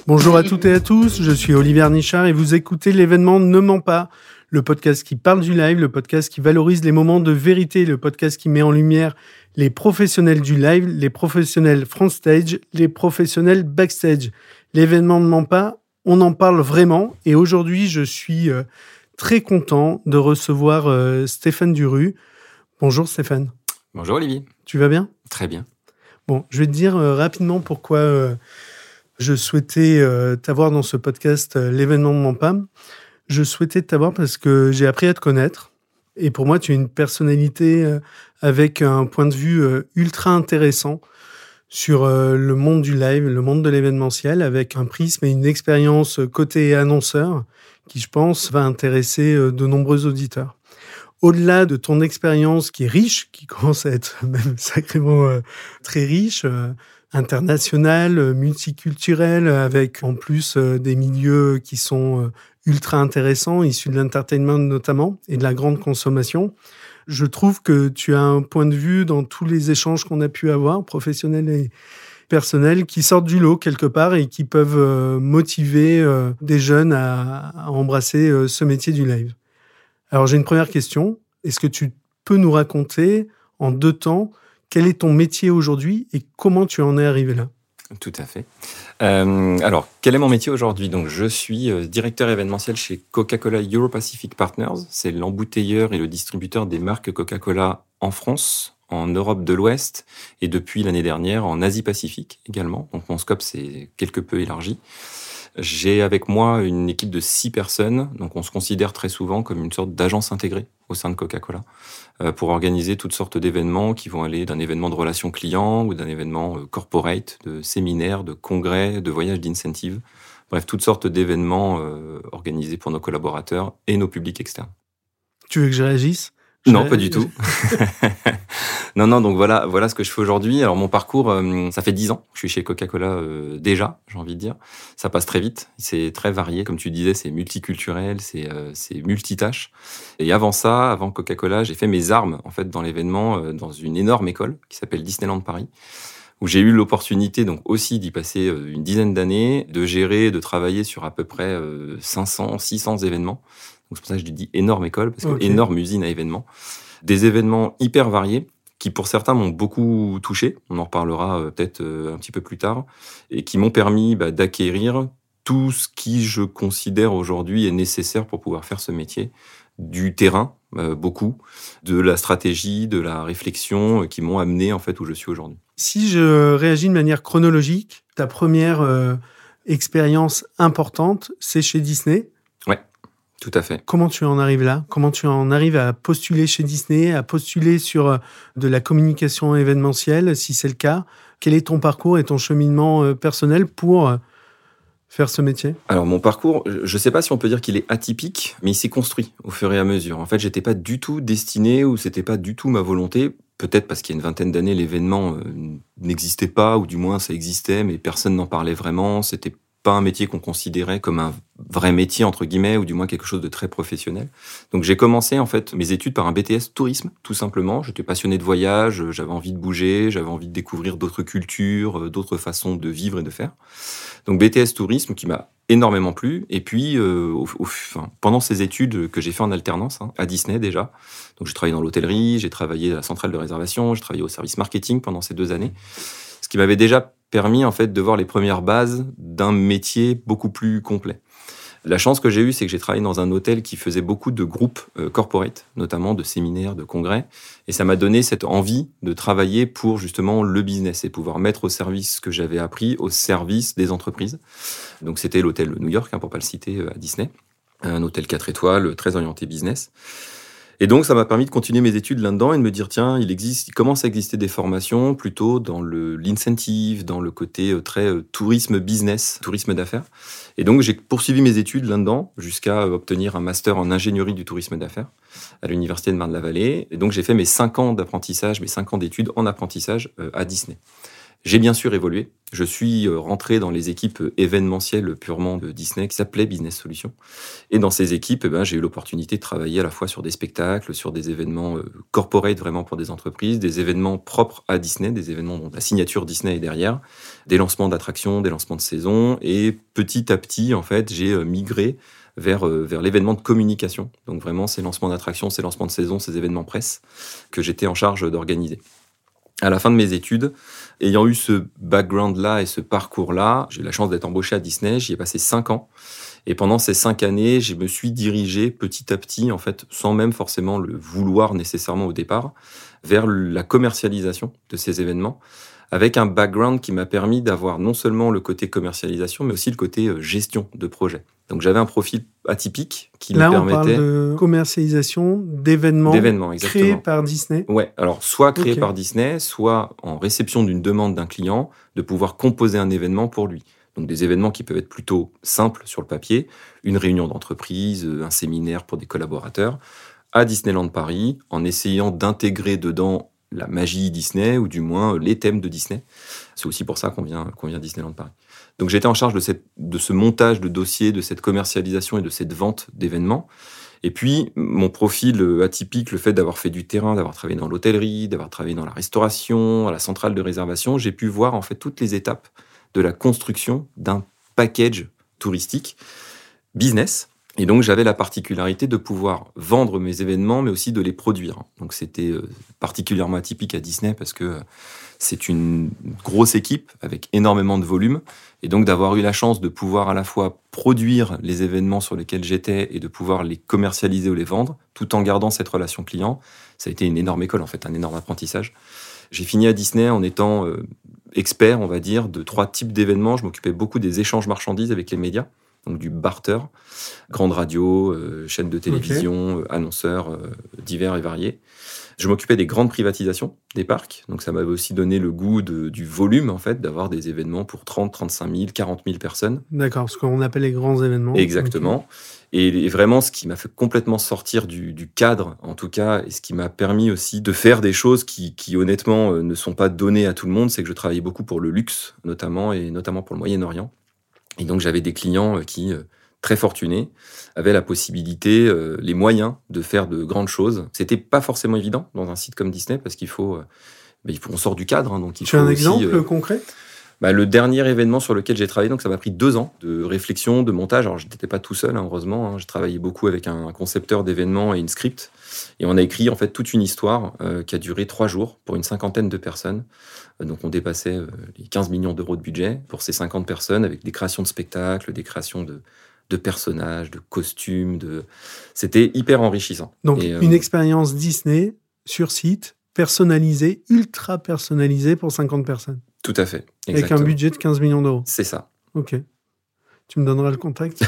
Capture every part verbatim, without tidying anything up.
Bonjour à toutes et à tous, je suis Olivier Nichard et vous écoutez l'événement Ne ment pas, le podcast qui parle du live, le podcast qui valorise les moments de vérité, le podcast qui met en lumière les professionnels du live, les professionnels front stage, les professionnels backstage. L'événement Ne ment pas, on en parle vraiment et aujourd'hui je suis euh, très content de recevoir euh, Stéphane Duru. Bonjour Stéphane. Bonjour Olivier. Tu vas bien ? Très bien. Bon, je vais te dire euh, rapidement pourquoi... Euh, Je souhaitais euh, t'avoir dans ce podcast euh, l'événement Ne ment pas. Je souhaitais t'avoir parce que j'ai appris à te connaître. Et pour moi, tu es une personnalité euh, avec un point de vue euh, ultra intéressant sur euh, le monde du live, le monde de l'événementiel, avec un prisme et une expérience côté annonceur qui, je pense, va intéresser euh, de nombreux auditeurs. Au-delà de ton expérience qui est riche, qui commence à être même sacrément euh, très riche, euh, international, multiculturel, avec en plus euh, des milieux qui sont euh, ultra intéressants, issus de l'entertainment notamment, et de la grande consommation. Je trouve que tu as un point de vue dans tous les échanges qu'on a pu avoir, professionnels et personnels, qui sortent du lot quelque part et qui peuvent euh, motiver euh, des jeunes à, à embrasser euh, ce métier du live. Alors j'ai une première question. Est-ce que tu peux nous raconter en deux temps quel est ton métier aujourd'hui et comment tu en es arrivé là ? Tout à fait. Euh, alors, quel est mon métier aujourd'hui ? Donc, je suis euh, directeur événementiel chez Coca-Cola Euro-Pacific Partners. C'est l'embouteilleur et le distributeur des marques Coca-Cola en France, en Europe de l'Ouest et depuis l'année dernière en Asie-Pacifique également. Donc, mon scope s'est quelque peu élargi. J'ai avec moi une équipe de six personnes, donc on se considère très souvent comme une sorte d'agence intégrée au sein de Coca-Cola euh, pour organiser toutes sortes d'événements qui vont aller d'un événement de relations clients ou d'un événement euh, corporate, de séminaires, de congrès, de voyages d'incentive. Bref, toutes sortes d'événements euh, organisés pour nos collaborateurs et nos publics externes. Tu veux que je réagisse ? Non, pas du tout. non, non, donc voilà, voilà ce que je fais aujourd'hui. Alors mon parcours, euh, ça fait dix ans que je suis chez Coca-Cola euh, déjà, j'ai envie de dire. Ça passe très vite, c'est très varié. Comme tu disais, c'est multiculturel, c'est, euh, c'est multitâche. Et avant ça, avant Coca-Cola, j'ai fait mes armes en fait dans l'événement euh, dans une énorme école qui s'appelle Disneyland Paris, où j'ai eu l'opportunité donc aussi d'y passer euh, une dizaine d'années, de gérer, de travailler sur à peu près euh, cinq cents, six cents événements. Donc c'est pour ça que je dis énorme école, parce que Okay. énorme usine à événements. Des événements hyper variés, qui pour certains m'ont beaucoup touché, on en reparlera euh, peut-être euh, un petit peu plus tard, et qui m'ont permis bah, d'acquérir tout ce qui, je considère aujourd'hui, est nécessaire pour pouvoir faire ce métier. Du terrain, euh, beaucoup, de la stratégie, de la réflexion, euh, qui m'ont amené en fait où je suis aujourd'hui. Si je réagis de manière chronologique, ta première euh, expérience importante, c'est chez Disney. Ouais. Tout à fait. Comment tu en arrives là ? Comment tu en arrives à postuler chez Disney, à postuler sur de la communication événementielle, si c'est le cas ? Quel est ton parcours et ton cheminement personnel pour faire ce métier ? Alors mon parcours, je ne sais pas si on peut dire qu'il est atypique, mais il s'est construit au fur et à mesure. En fait, j'étais pas du tout destiné ou c'était pas du tout ma volonté. Peut-être parce qu'il y a une vingtaine d'années, l'événement euh, n'existait pas, ou du moins ça existait, mais personne n'en parlait vraiment. C'était pas un métier qu'on considérait comme un vrai métier, entre guillemets, ou du moins quelque chose de très professionnel. Donc j'ai commencé en fait mes études par un B T S tourisme, tout simplement. J'étais passionné de voyage, j'avais envie de bouger, j'avais envie de découvrir d'autres cultures, d'autres façons de vivre et de faire. Donc B T S tourisme qui m'a énormément plu. Et puis, euh, au, au, enfin, pendant ces études que j'ai fait en alternance, hein, à Disney déjà, donc j'ai travaillé dans l'hôtellerie, j'ai travaillé à la centrale de réservation, j'ai travaillé au service marketing pendant ces deux années, ce qui m'avait déjà permis en fait de voir les premières bases d'un métier beaucoup plus complet. La chance que j'ai eue, c'est que j'ai travaillé dans un hôtel qui faisait beaucoup de groupes euh, corporate, notamment de séminaires, de congrès, et ça m'a donné cette envie de travailler pour justement le business et pouvoir mettre au service ce que j'avais appris au service des entreprises. Donc c'était l'hôtel New York, hein, pour pas le citer, euh, à Disney, un hôtel quatre étoiles, très orienté business. Et donc, ça m'a permis de continuer mes études là-dedans et de me dire, tiens, il existe, il commence à exister des formations plutôt dans le, l'incentive, dans le côté euh, très euh, tourisme business, tourisme d'affaires. Et donc, j'ai poursuivi mes études là-dedans jusqu'à euh, obtenir un master en ingénierie du tourisme d'affaires à l'université de Marne-la-Vallée. Et donc, j'ai fait mes cinq ans d'apprentissage, mes cinq ans d'études en apprentissage euh, à Disney. J'ai bien sûr évolué. Je suis rentré dans les équipes événementielles purement de Disney qui s'appelaient Business Solutions. Et dans ces équipes, eh ben, j'ai eu l'opportunité de travailler à la fois sur des spectacles, sur des événements euh, corporate vraiment pour des entreprises, des événements propres à Disney, des événements dont la signature Disney est derrière, des lancements d'attractions, des lancements de saison. Et petit à petit, en fait, j'ai euh, migré vers, euh, vers l'événement de communication. Donc vraiment, ces lancements d'attractions, ces lancements de saison, ces événements presse que j'étais en charge d'organiser. À la fin de mes études, ayant eu ce background-là et ce parcours-là, j'ai eu la chance d'être embauché à Disney, j'y ai passé cinq ans. Et pendant ces cinq années, je me suis dirigé petit à petit, en fait, sans même forcément le vouloir nécessairement au départ, vers la commercialisation de ces événements, avec un background qui m'a permis d'avoir non seulement le côté commercialisation, mais aussi le côté gestion de projet. Donc j'avais un profil atypique qui Là, me on permettait... parle de commercialisation d'événements, d'événements exactement. Créés par Disney. Ouais, alors soit créés Okay. par Disney, soit en réception d'une demande d'un client, de pouvoir composer un événement pour lui. Donc des événements qui peuvent être plutôt simples sur le papier, une réunion d'entreprise, un séminaire pour des collaborateurs, à Disneyland Paris, en essayant d'intégrer dedans la magie Disney, ou du moins les thèmes de Disney. C'est aussi pour ça qu'on vient, qu'on vient à Disneyland Paris. Donc j'étais en charge de, cette, de ce montage de dossiers, de cette commercialisation et de cette vente d'événements. Et puis, mon profil atypique, le fait d'avoir fait du terrain, d'avoir travaillé dans l'hôtellerie, d'avoir travaillé dans la restauration, à la centrale de réservation, j'ai pu voir en fait toutes les étapes de la construction d'un package touristique business. Et donc, j'avais la particularité de pouvoir vendre mes événements, mais aussi de les produire. Donc, c'était particulièrement atypique à Disney parce que c'est une grosse équipe avec énormément de volume. Et donc, d'avoir eu la chance de pouvoir à la fois produire les événements sur lesquels j'étais et de pouvoir les commercialiser ou les vendre, tout en gardant cette relation client, ça a été une énorme école, en fait, un énorme apprentissage. J'ai fini à Disney en étant euh, expert, on va dire, de trois types d'événements. Je m'occupais beaucoup des échanges marchandises avec les médias. Donc du barter, grande radio, euh, chaîne de télévision, okay. euh, annonceurs euh, divers et variés. Je m'occupais des grandes privatisations des parcs, donc ça m'avait aussi donné le goût de, du volume, en fait, d'avoir des événements pour trente, trente-cinq mille, quarante mille personnes. D'accord, ce qu'on appelle les grands événements. Exactement. Okay. Et, et vraiment, ce qui m'a fait complètement sortir du, du cadre, en tout cas, et ce qui m'a permis aussi de faire des choses qui, qui honnêtement, euh, ne sont pas données à tout le monde, c'est que je travaillais beaucoup pour le luxe, notamment, et notamment pour le Moyen-Orient. Et donc, j'avais des clients qui, très fortunés, avaient la possibilité, euh, les moyens de faire de grandes choses. C'était pas forcément évident dans un site comme Disney parce qu'il faut, euh, bah, il faut on sort du cadre. Hein, donc il tu faut as un aussi, exemple euh, concret ? Bah, le dernier événement sur lequel j'ai travaillé, donc ça m'a pris deux ans de réflexion, de montage. Alors, je n'étais pas tout seul, hein, heureusement. Hein. J'ai travaillé beaucoup avec un concepteur d'événements et une script. Et on a écrit en fait toute une histoire euh, qui a duré trois jours pour une cinquantaine de personnes. Euh, donc, on dépassait euh, les quinze millions d'euros de budget pour ces cinquante personnes avec des créations de spectacles, des créations de, de personnages, de costumes. De... C'était hyper enrichissant. Donc, et, euh, une expérience Disney sur site, personnalisée, ultra personnalisée pour cinquante personnes. Tout à fait. Exactement. Avec un budget de quinze millions d'euros. C'est ça. Ok. Tu me donneras le contact.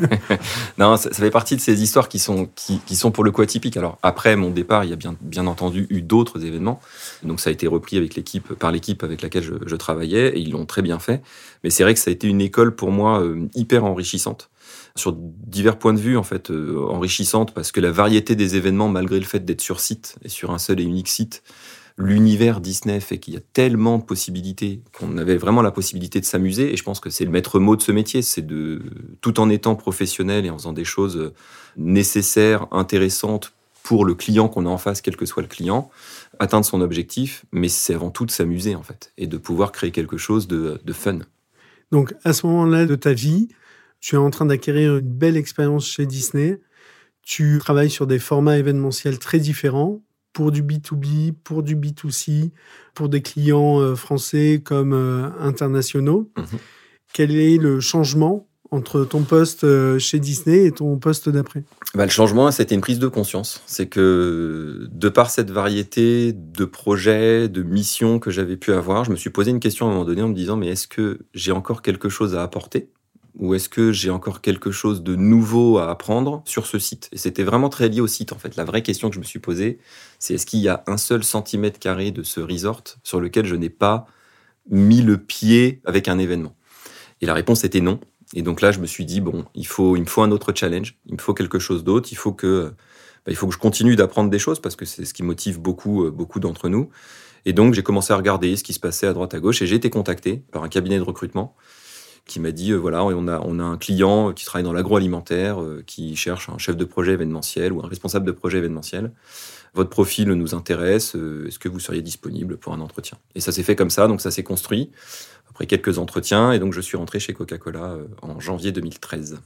Non, ça, ça fait partie de ces histoires qui sont, qui, qui sont pour le coup atypiques. Alors, après mon départ, il y a bien, bien entendu eu d'autres événements. Donc, ça a été repris avec l'équipe, par l'équipe avec laquelle je, je travaillais et ils l'ont très bien fait. Mais c'est vrai que ça a été une école pour moi euh, hyper enrichissante. Sur divers points de vue, en fait, euh, enrichissante parce que la variété des événements, malgré le fait d'être sur site et sur un seul et unique site, l'univers Disney fait qu'il y a tellement de possibilités qu'on avait vraiment la possibilité de s'amuser. Et je pense que c'est le maître mot de ce métier, c'est de, tout en étant professionnel et en faisant des choses nécessaires, intéressantes pour le client qu'on a en face, quel que soit le client, atteindre son objectif. Mais c'est avant tout de s'amuser, en fait, et de pouvoir créer quelque chose de, de fun. Donc, à ce moment-là de ta vie, tu es en train d'acquérir une belle expérience chez Disney. Tu travailles sur des formats événementiels très différents, pour du B deux B, pour du B deux C, pour des clients euh, français comme euh, internationaux. Mmh. Quel est le changement entre ton poste euh, chez Disney et ton poste d'après ? Bah, le changement, c'était une prise de conscience. C'est que, de par cette variété de projets, de missions que j'avais pu avoir, je me suis posé une question à un moment donné en me disant « mais est-ce que j'ai encore quelque chose à apporter ? Ou est-ce que j'ai encore quelque chose de nouveau à apprendre sur ce site ?» Et c'était vraiment très lié au site, en fait. La vraie question que je me suis posée, c'est est-ce qu'il y a un seul centimètre carré de ce resort sur lequel je n'ai pas mis le pied avec un événement ? Et la réponse était non. Et donc là, je me suis dit, bon, il, faut, il me faut un autre challenge, il me faut quelque chose d'autre, il faut que, bah, il faut que je continue d'apprendre des choses, parce que c'est ce qui motive beaucoup, beaucoup d'entre nous. Et donc, j'ai commencé à regarder ce qui se passait à droite à gauche et j'ai été contacté par un cabinet de recrutement qui m'a dit, euh, voilà, on a, on a un client qui travaille dans l'agroalimentaire, euh, qui cherche un chef de projet événementiel ou un responsable de projet événementiel. Votre profil nous intéresse, euh, est-ce que vous seriez disponible pour un entretien? Et ça s'est fait comme ça, donc ça s'est construit après quelques entretiens, et donc je suis rentré chez Coca-Cola euh, en janvier deux mille treize.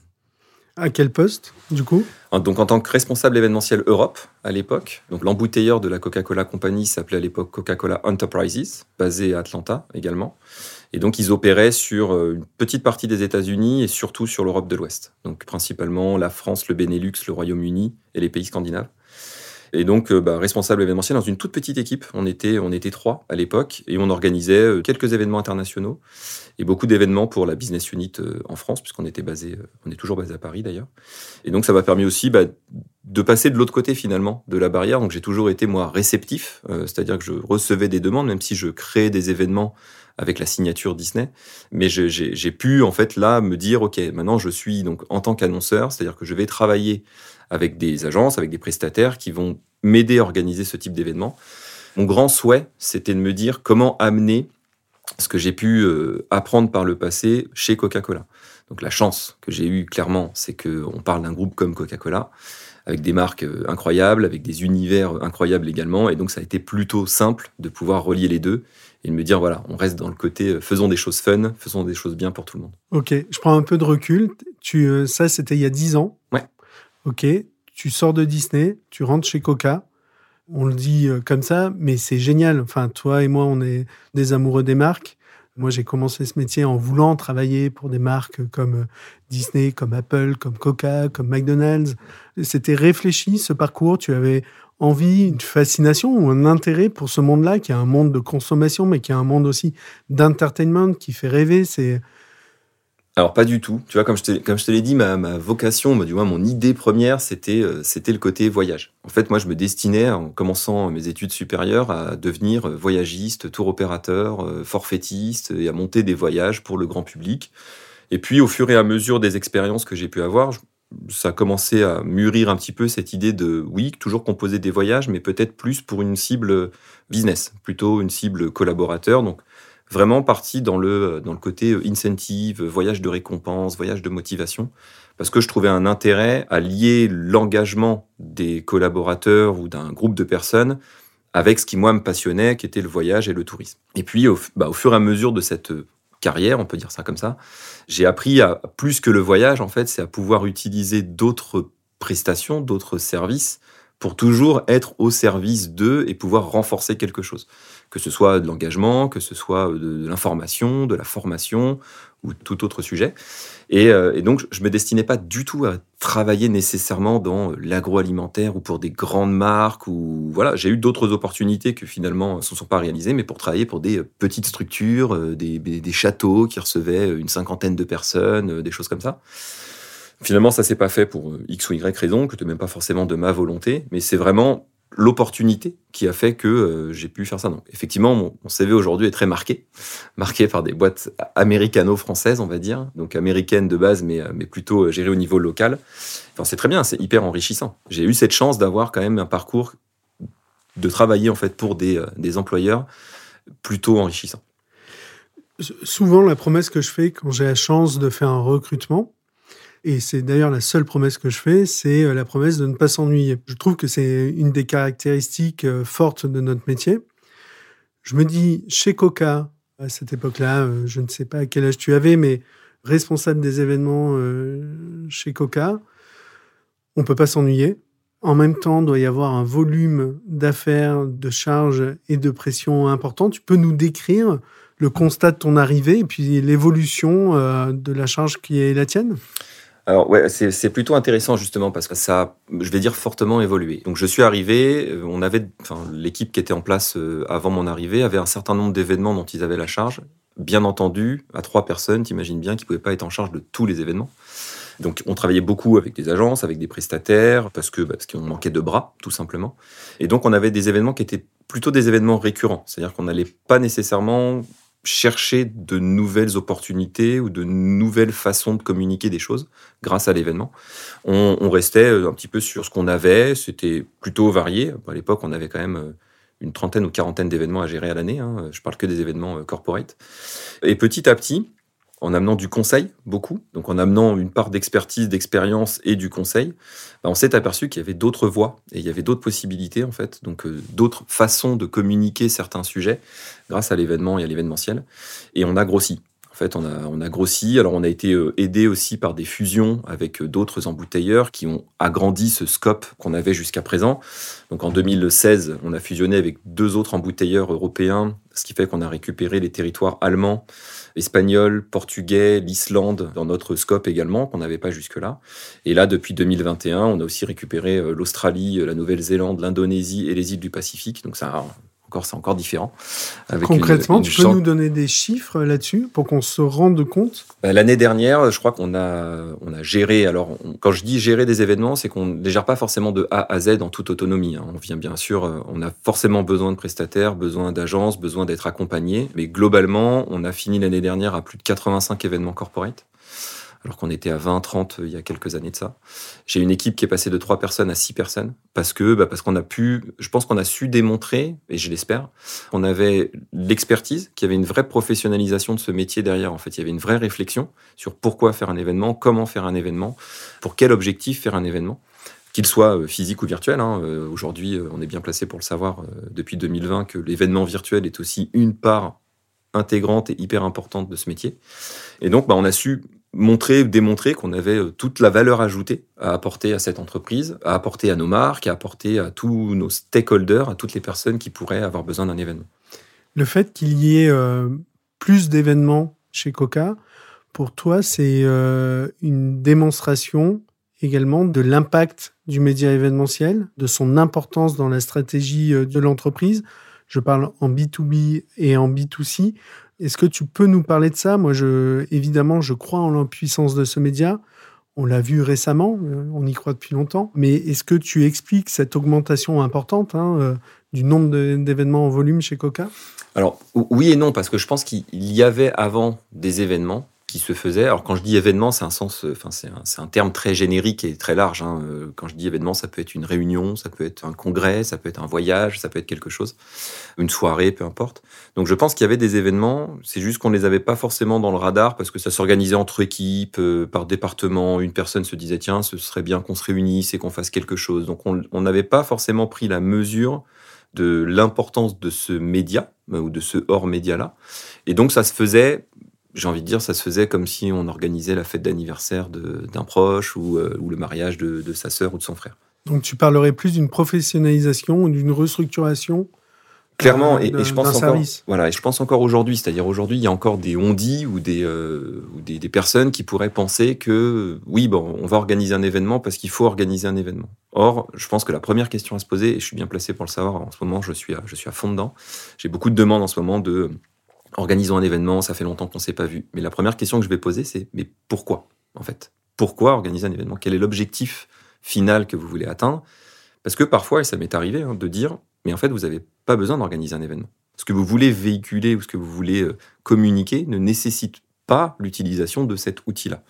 À quel poste, du coup? Donc en tant que responsable événementiel Europe, à l'époque, donc l'embouteilleur de la Coca-Cola Company s'appelait à l'époque Coca-Cola Enterprises, basé à Atlanta également. Et donc, ils opéraient sur une petite partie des États-Unis et surtout sur l'Europe de l'Ouest. Donc, principalement la France, le Benelux, le Royaume-Uni et les pays scandinaves. Et donc, bah, responsable événementiel dans une toute petite équipe. On était, on était trois à l'époque et on organisait quelques événements internationaux et beaucoup d'événements pour la business unit en France, puisqu'on était basé, on est toujours basé à Paris d'ailleurs. Et donc, ça m'a permis aussi bah, de passer de l'autre côté finalement de la barrière. Donc, j'ai toujours été moi réceptif, euh, c'est-à-dire que je recevais des demandes, même si je créais des événements avec la signature Disney, mais je, j'ai, j'ai pu en fait là me dire ok, maintenant je suis donc en tant qu'annonceur, c'est-à-dire que je vais travailler avec des agences, avec des prestataires qui vont m'aider à organiser ce type d'événement. Mon grand souhait, c'était de me dire comment amener ce que j'ai pu euh, apprendre par le passé chez Coca-Cola. Donc la chance que j'ai eue clairement, c'est qu'on parle d'un groupe comme Coca-Cola, avec des marques incroyables, avec des univers incroyables également, et donc ça a été plutôt simple de pouvoir relier les deux et de me dire, voilà, on reste dans le côté, faisons des choses fun, faisons des choses bien pour tout le monde. Ok, je prends un peu de recul. Tu, euh, ça, c'était il y a dix ans. Ouais. Ok, tu sors de Disney, tu rentres chez Coca. On le dit euh, comme ça, mais c'est génial. Enfin, toi et moi, on est des amoureux des marques. Moi, j'ai commencé ce métier en voulant travailler pour des marques comme Disney, comme Apple, comme Coca, comme McDonald's. C'était réfléchi, ce parcours. Tu avais envie, une fascination ou un intérêt pour ce monde-là, qui est un monde de consommation, mais qui est un monde aussi d'entertainment, qui fait rêver. C'est... Alors, pas du tout. Tu vois, comme je te, comme je te l'ai dit, ma, ma vocation, du moins mon idée première, c'était, euh, c'était le côté voyage. En fait, moi, je me destinais, en commençant mes études supérieures, à devenir voyagiste, tour opérateur, euh, forfaitiste, et à monter des voyages pour le grand public. Et puis, au fur et à mesure des expériences que j'ai pu avoir, je, ça a commencé à mûrir un petit peu cette idée de, oui, toujours composer des voyages, mais peut-être plus pour une cible business, plutôt une cible collaborateur. Donc, vraiment parti dans le, dans le côté incentive, voyage de récompense, voyage de motivation, parce que je trouvais un intérêt à lier l'engagement des collaborateurs ou d'un groupe de personnes avec ce qui, moi, me passionnait, qui était le voyage et le tourisme. Et puis, au, bah, au fur et à mesure de cette carrière, on peut dire ça comme ça, j'ai appris à, plus que le voyage, en fait, c'est à pouvoir utiliser d'autres prestations, d'autres services, pour toujours être au service d'eux et pouvoir renforcer quelque chose. Que ce soit de l'engagement, que ce soit de, de l'information, de la formation ou tout autre sujet. Et, euh, et donc, je ne me destinais pas du tout à travailler nécessairement dans l'agroalimentaire ou pour des grandes marques. Ou, voilà, j'ai eu d'autres opportunités que finalement ne se sont pas réalisées, mais pour travailler pour des petites structures, des, des châteaux qui recevaient une cinquantaine de personnes, des choses comme ça. Finalement, ça ne s'est pas fait pour X ou Y raison, que ce n'était même pas forcément de ma volonté, mais c'est vraiment l'opportunité qui a fait que euh, j'ai pu faire ça. Donc, effectivement, mon, mon C V aujourd'hui est très marqué, marqué par des boîtes américano-françaises, on va dire, donc américaines de base, mais, mais plutôt gérées au niveau local. Enfin, c'est très bien, c'est hyper enrichissant. J'ai eu cette chance d'avoir quand même un parcours, de travailler en fait pour des, des employeurs plutôt enrichissant. Souvent, la promesse que je fais quand j'ai la chance de faire un recrutement, et c'est d'ailleurs la seule promesse que je fais, c'est la promesse de ne pas s'ennuyer. Je trouve que c'est une des caractéristiques fortes de notre métier. Je me dis, chez Coca, à cette époque-là, je ne sais pas à quel âge tu avais, mais responsable des événements chez Coca, on ne peut pas s'ennuyer. En même temps, il doit y avoir un volume d'affaires, de charges et de pression important. Tu peux nous décrire le constat de ton arrivée et puis l'évolution de la charge qui est la tienne ? Alors ouais, c'est, c'est plutôt intéressant justement parce que ça a, je vais dire, fortement évolué. Donc je suis arrivé, on avait, enfin l'équipe qui était en place avant mon arrivée avait un certain nombre d'événements dont ils avaient la charge. Bien entendu, à trois personnes, t'imagines bien qu'ils pouvaient pas être en charge de tous les événements. Donc on travaillait beaucoup avec des agences, avec des prestataires, parce que parce qu'on manquait de bras, tout simplement. Et donc on avait des événements qui étaient plutôt des événements récurrents, c'est-à-dire qu'on n'allait pas nécessairement chercher de nouvelles opportunités ou de nouvelles façons de communiquer des choses grâce à l'événement. On, on restait un petit peu sur ce qu'on avait, c'était plutôt varié. À l'époque, on avait quand même une trentaine ou quarantaine d'événements à gérer à l'année. Hein. Je parle que des événements corporate. Et petit à petit, en amenant du conseil, beaucoup, donc en amenant une part d'expertise, d'expérience et du conseil, bah on s'est aperçu qu'il y avait d'autres voies et il y avait d'autres possibilités, en fait, donc euh, d'autres façons de communiquer certains sujets grâce à l'événement et à l'événementiel. Et on a grossi. En fait, on a, on a grossi. Alors, on a été euh, aidé aussi par des fusions avec euh, d'autres embouteilleurs qui ont agrandi ce scope qu'on avait jusqu'à présent. Donc, en deux mille seize, on a fusionné avec deux autres embouteilleurs européens, ce qui fait qu'on a récupéré les territoires allemands, espagnol, portugais, l'Islande dans notre scope également, qu'on n'avait pas jusque-là. Et là, depuis deux mille vingt et un, on a aussi récupéré l'Australie, la Nouvelle-Zélande, l'Indonésie et les îles du Pacifique. Donc ça, encore, c'est encore différent. Avec Concrètement, une, une tu peux chante... nous donner des chiffres là-dessus pour qu'on se rende compte ? Bah, l'année dernière, je crois qu'on a, on a géré. Alors, on, quand je dis gérer des événements, c'est qu'on ne les gère pas forcément de A à Z en toute autonomie. Hein. On vient bien sûr, on a forcément besoin de prestataires, besoin d'agences, besoin d'être accompagné. Mais globalement, on a fini l'année dernière à plus de quatre-vingt-cinq événements corporate, alors qu'on était à vingt, trente il y a quelques années de ça. J'ai une équipe qui est passée de trois personnes à six personnes, parce que, bah, parce qu'on a pu, je pense qu'on a su démontrer, et je l'espère, qu'on avait l'expertise, qu'il y avait une vraie professionnalisation de ce métier derrière. En fait, il y avait une vraie réflexion sur pourquoi faire un événement, comment faire un événement, pour quel objectif faire un événement, qu'il soit physique ou virtuel. Hein. Aujourd'hui, on est bien placé pour le savoir, depuis deux mille vingt, que l'événement virtuel est aussi une part intégrante et hyper importante de ce métier. Et donc, bah, on a su montrer, démontrer qu'on avait toute la valeur ajoutée à apporter à cette entreprise, à apporter à nos marques, à apporter à tous nos stakeholders, à toutes les personnes qui pourraient avoir besoin d'un événement. Le fait qu'il y ait euh, plus d'événements chez Coca, pour toi, c'est euh, une démonstration également de l'impact du média événementiel, de son importance dans la stratégie de l'entreprise. Je parle en B deux B et en B deux C. Est-ce que tu peux nous parler de ça ? Moi, je, évidemment, je crois en l'impuissance de ce média. On l'a vu récemment, on y croit depuis longtemps. Mais est-ce que tu expliques cette augmentation importante hein, euh, du nombre de, d'événements en volume chez Coca ? Alors, oui et non, parce que je pense qu'il y avait avant des événements qui se faisaient. Alors, quand je dis événement, c'est un sens, enfin, c'est un, c'est un terme très générique et très large. Hein. Quand je dis événement, ça peut être une réunion, ça peut être un congrès, ça peut être un voyage, ça peut être quelque chose, une soirée, peu importe. Donc, je pense qu'il y avait des événements. C'est juste qu'on les avait pas forcément dans le radar parce que ça s'organisait entre équipes, euh, par département. Une personne se disait, tiens, ce serait bien qu'on se réunisse et qu'on fasse quelque chose. Donc, on n'avait pas forcément pris la mesure de l'importance de ce média ou de ce hors-média-là. Et donc, ça se faisait... J'ai envie de dire, ça se faisait comme si on organisait la fête d'anniversaire de, d'un proche ou, euh, ou le mariage de, de sa sœur ou de son frère. Donc tu parlerais plus d'une professionnalisation ou d'une restructuration Clairement, euh, et, d'un, et je pense d'un encore, service. voilà, et je pense encore aujourd'hui, c'est-à-dire aujourd'hui, il y a encore des on-dit ou des, euh, ou des, des personnes qui pourraient penser que oui, bon, on va organiser un événement parce qu'il faut organiser un événement. Or, je pense que la première question à se poser, et je suis bien placé pour le savoir, en ce moment, je suis à, je suis à fond dedans. J'ai beaucoup de demandes en ce moment de organisons un événement, ça fait longtemps qu'on ne s'est pas vu. Mais la première question que je vais poser, c'est mais pourquoi, en fait ? Pourquoi organiser un événement ? Quel est l'objectif final que vous voulez atteindre ? Parce que parfois, et ça m'est arrivé hein, de dire, mais en fait, vous n'avez pas besoin d'organiser un événement. Ce que vous voulez véhiculer ou ce que vous voulez euh, communiquer ne nécessite pas l'utilisation de cet outil-là.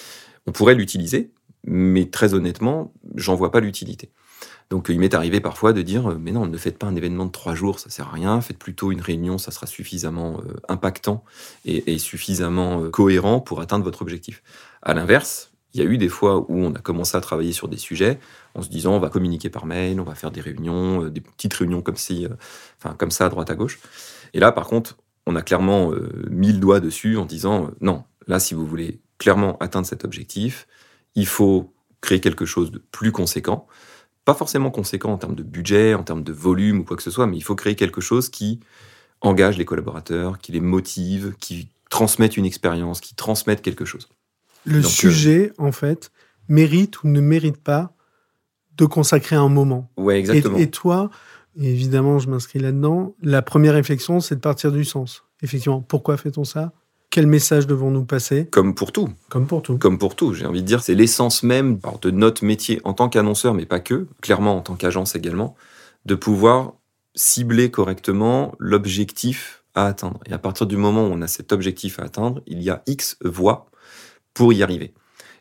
On pourrait l'utiliser, mais très honnêtement, j'en vois pas l'utilité. Donc, il m'est arrivé parfois de dire « Mais non, ne faites pas un événement de trois jours, ça sert à rien. Faites plutôt une réunion, ça sera suffisamment euh, impactant et, et suffisamment euh, cohérent pour atteindre votre objectif. » À l'inverse, il y a eu des fois où on a commencé à travailler sur des sujets en se disant « On va communiquer par mail, on va faire des réunions, euh, des petites réunions comme, si, euh, enfin, comme ça à droite à gauche. » Et là, par contre, on a clairement euh, mis le doigt dessus en disant euh, « Non, là, si vous voulez clairement atteindre cet objectif, il faut créer quelque chose de plus conséquent. » Pas forcément conséquent en termes de budget, en termes de volume ou quoi que ce soit, mais il faut créer quelque chose qui engage les collaborateurs, qui les motive, qui transmette une expérience, qui transmette quelque chose. Le Donc, sujet, euh... en fait, mérite ou ne mérite pas de consacrer un moment. Ouais, exactement. Et, et toi, évidemment, je m'inscris là-dedans, la première réflexion, c'est de partir du sens. Effectivement, pourquoi fait-on ça ? Quel message devons-nous passer ? Comme pour tout. Comme pour tout. Comme pour tout, j'ai envie de dire, c'est l'essence même de notre métier en tant qu'annonceur, mais pas que, clairement en tant qu'agence également, de pouvoir cibler correctement l'objectif à atteindre. Et à partir du moment où on a cet objectif à atteindre, il y a X voies pour y arriver.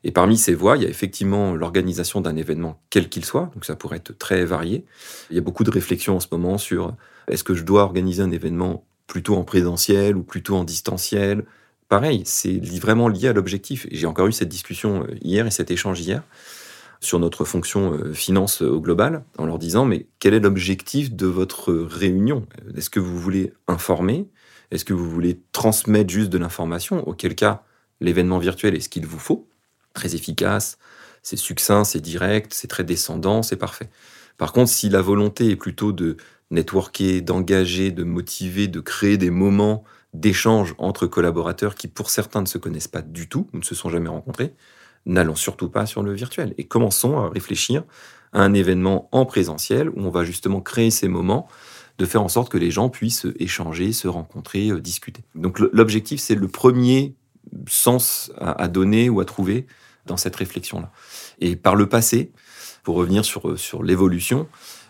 Et parmi ces voies, il y a effectivement l'organisation d'un événement, quel qu'il soit, donc ça pourrait être très varié. Il y a beaucoup de réflexions en ce moment sur est-ce que je dois organiser un événement plutôt en présentiel ou plutôt en distanciel. Pareil, c'est vraiment lié à l'objectif. Et j'ai encore eu cette discussion hier et cet échange hier sur notre fonction finance au global, en leur disant, mais quel est l'objectif de votre réunion ? Est-ce que vous voulez informer ? Est-ce que vous voulez transmettre juste de l'information ? Auquel cas, l'événement virtuel est ce qu'il vous faut. Très efficace, c'est succinct, c'est direct, c'est très descendant, c'est parfait. Par contre, si la volonté est plutôt de networker, d'engager, de motiver, de créer des moments d'échange entre collaborateurs qui, pour certains, ne se connaissent pas du tout, ou ne se sont jamais rencontrés, n'allons surtout pas sur le virtuel. Et commençons à réfléchir à un événement en présentiel où on va justement créer ces moments, de faire en sorte que les gens puissent échanger, se rencontrer, discuter. Donc l'objectif, c'est le premier sens à donner ou à trouver dans cette réflexion-là. Et par le passé, pour revenir sur, sur l'évolution,